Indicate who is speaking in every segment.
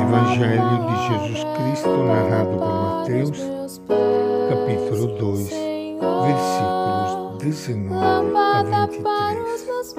Speaker 1: Evangelho de Jesus Cristo, narrado por Mateus, capítulo 2, versículos 19 a 23.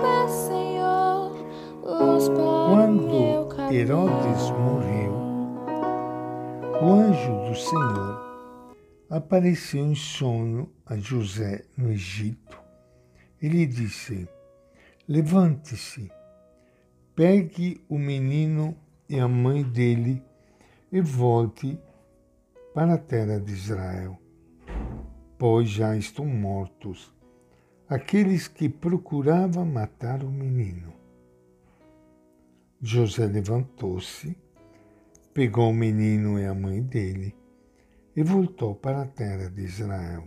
Speaker 1: Quando Herodes morreu, o anjo do Senhor apareceu em sonho a José no Egito e lhe disse: levante-se, pegue o menino e a mãe dele e volte para a terra de Israel, pois já estão mortos aqueles que procuravam matar o menino. José levantou-se, pegou o menino e a mãe dele e voltou para a terra de Israel.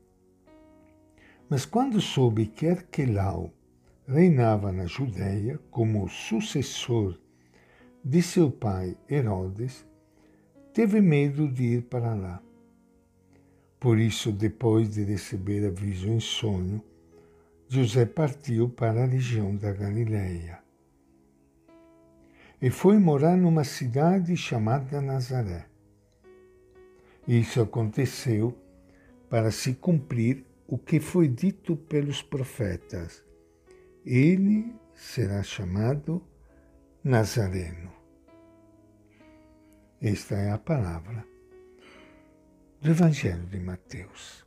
Speaker 1: Mas quando soube que Arquelau reinava na Judéia como sucessor de seu pai Herodes, teve medo de ir para lá. Por isso, depois de receber aviso em sonho, José partiu para a região da Galileia e foi morar numa cidade chamada Nazaré. Isso aconteceu para se cumprir o que foi dito pelos profetas: ele será chamado Nazareno. Esta é a palavra do Evangelho de Mateus.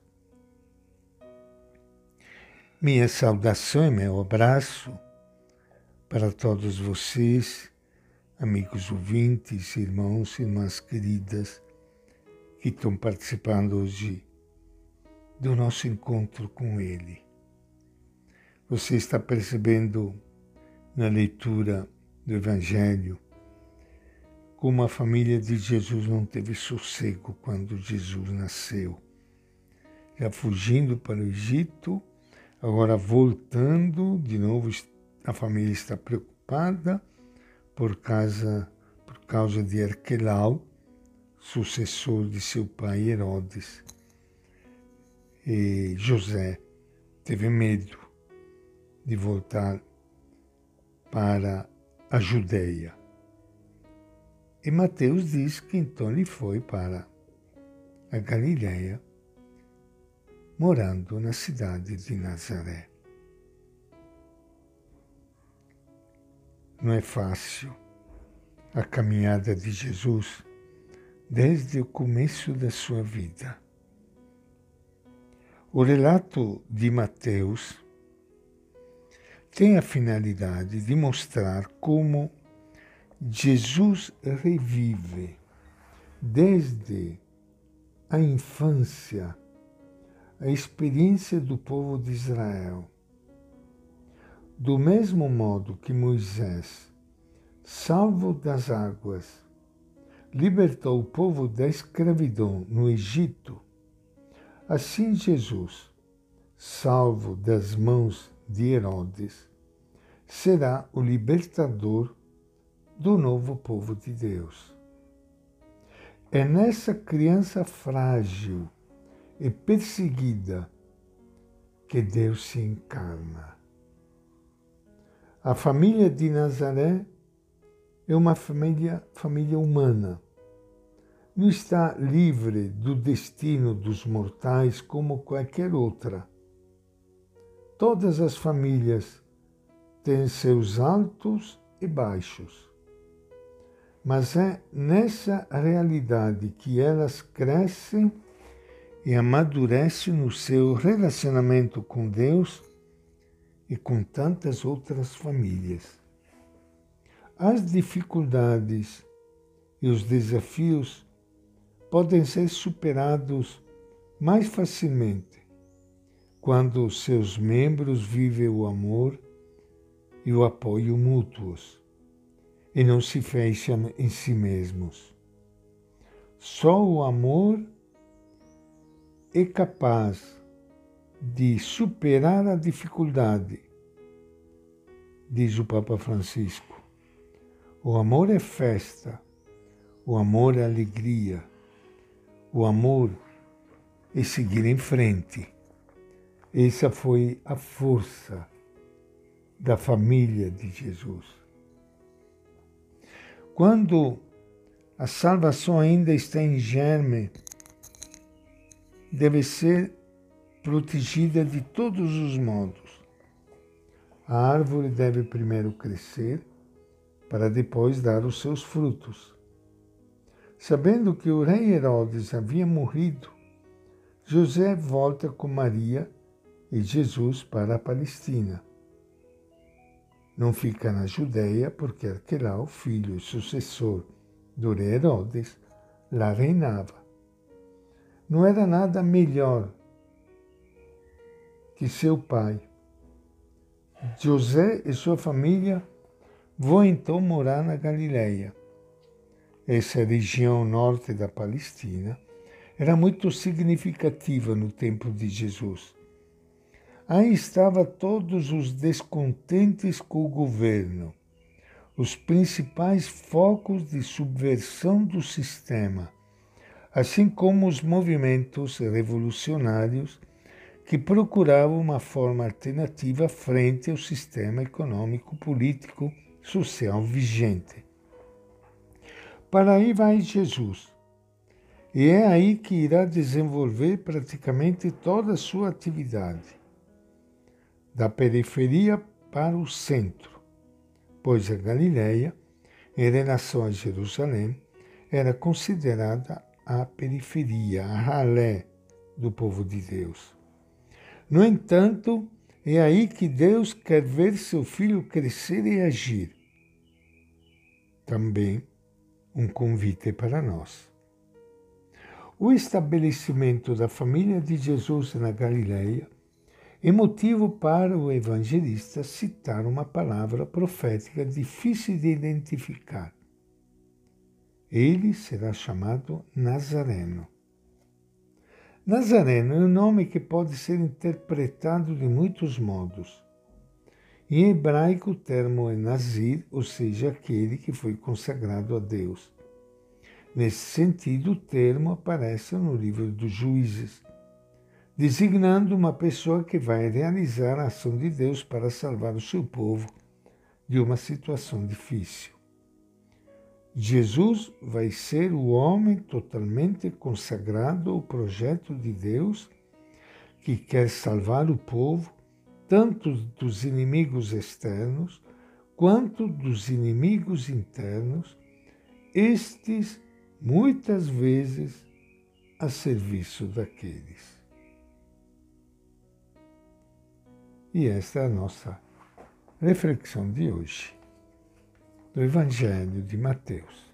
Speaker 1: Minha saudação e meu abraço para todos vocês, amigos ouvintes, irmãos e irmãs queridas que estão participando hoje do nosso encontro com Ele. Você está percebendo na leitura do Evangelho como a família de Jesus não teve sossego quando Jesus nasceu. Já fugindo para o Egito, agora voltando, de novo a família está preocupada por causa de Arquelau, sucessor de seu pai Herodes. E José teve medo de voltar para a Judeia. E Mateus diz que então ele foi para a Galileia, morando na cidade de Nazaré. Não é fácil a caminhada de Jesus desde o começo da sua vida. O relato de Mateus tem a finalidade de mostrar como Jesus revive desde a infância a experiência do povo de Israel. Do mesmo modo que Moisés, salvo das águas, libertou o povo da escravidão no Egito, assim Jesus, salvo das mãos de Herodes, será o libertador do novo povo de Deus. É nessa criança frágil e perseguida que Deus se encarna. A família de Nazaré é uma família humana. Não está livre do destino dos mortais como qualquer outra. Todas as famílias têm seus altos e baixos. Mas é nessa realidade que elas crescem e amadurecem no seu relacionamento com Deus e com tantas outras famílias. As dificuldades e os desafios podem ser superados mais facilmente quando seus membros vivem o amor e o apoio mútuos e não se fecham em si mesmos. Só o amor é capaz de superar a dificuldade, diz o Papa Francisco. O amor é festa, o amor é alegria, o amor é seguir em frente. Essa foi a força da família de Jesus. Quando a salvação ainda está em germe, deve ser protegida de todos os modos. A árvore deve primeiro crescer, para depois dar os seus frutos. Sabendo que o rei Herodes havia morrido, José volta com Maria e Jesus para a Palestina. Não fica na Judéia, porque Arquelau, filho e sucessor do rei Herodes, lá reinava. Não era nada melhor que seu pai. José e sua família vão então morar na Galileia. Essa região norte da Palestina era muito significativa no tempo de Jesus. Aí estavam todos os descontentes com o governo, os principais focos de subversão do sistema, assim como os movimentos revolucionários que procuravam uma forma alternativa frente ao sistema econômico, político, social vigente. Para aí vai Jesus. E é aí que irá desenvolver praticamente toda a sua atividade, da periferia para o centro, pois a Galileia, em relação a Jerusalém, era considerada a periferia, a ralé do povo de Deus. No entanto, é aí que Deus quer ver seu filho crescer e agir. Também um convite para nós. O estabelecimento da família de Jesus na Galileia é motivo para o evangelista citar uma palavra profética difícil de identificar. Ele será chamado Nazareno. Nazareno é um nome que pode ser interpretado de muitos modos. Em hebraico, o termo é Nazir, ou seja, aquele que foi consagrado a Deus. Nesse sentido, o termo aparece no livro dos Juízes, designando uma pessoa que vai realizar a ação de Deus para salvar o seu povo de uma situação difícil. Jesus vai ser o homem totalmente consagrado ao projeto de Deus, que quer salvar o povo, tanto dos inimigos externos, quanto dos inimigos internos, estes muitas vezes a serviço daqueles. E esta é a nossa reflexão de hoje, do Evangelho de Mateus.